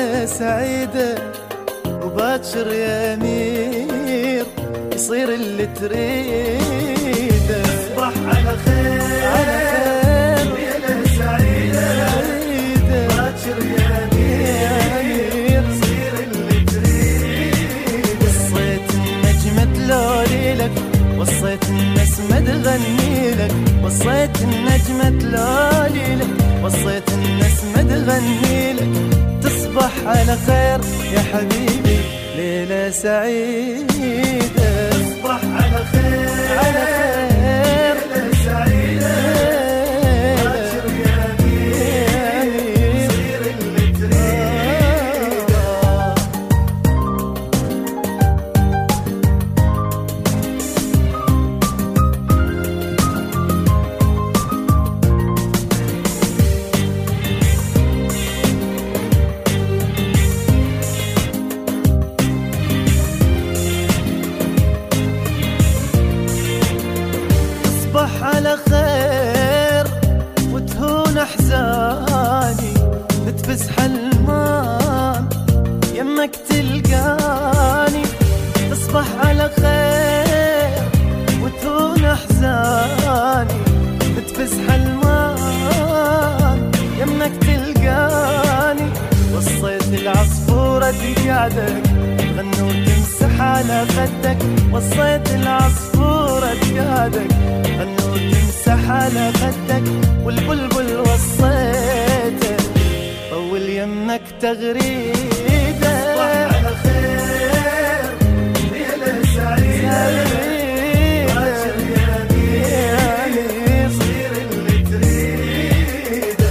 ليلة سعيدة وباكر يا أمير يصير اللي تريده. تصبح على خير، ليلة سعيدة باكر يا أمير يصير اللي تريده. وصيت النجمة تلولي لك، وصيت النسمة تغني لك، وصيت النجمة تلولي لك، وصيت النسمة تغني لك. تصبح على خير يا حبيبي ليلة سعيدة. تصبح على خير، على خير ليلة سعيدة باكر يا أمير يصير اللي تريده. تصبح على خير وتهون احزاني، بتفز حلمان يمك تلقاني. تصبح على خير وتهون احزاني، بتفز حلمان يمك تلقاني. وصيت العصفورة تقعدك تغني وتمسح على خدك، وصيت العصفورة تقعدك تغني وتمسح على خدك. والبلبل وصيته طول يمك تغريده. على خير، ليلة سعيدة باكر يا أمير يصير اللي تريده.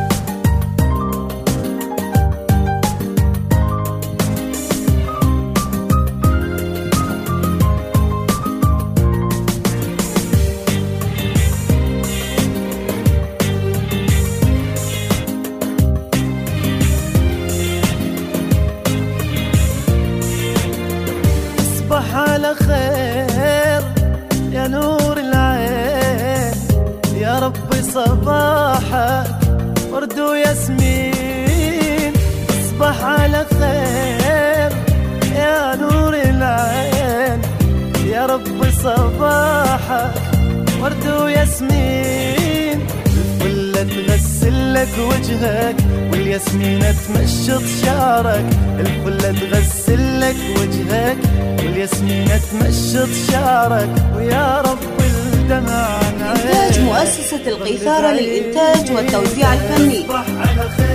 تصبح على خير يا نور العين، يا ربي صباحك ورد وياسمين. تصبح على خير يا نور العين، يا ربي صباحك ورد وياسمين. الفلة تغسل لك وجهك والياسمينة تمشط شعرك، الفلة تغسل لك وجهك والياسمينة تمشط شعرك. ويا رب الدمع عن إنتاج مؤسسة القيثارة للإنتاج والتوزيع الفني. تصبح على خير.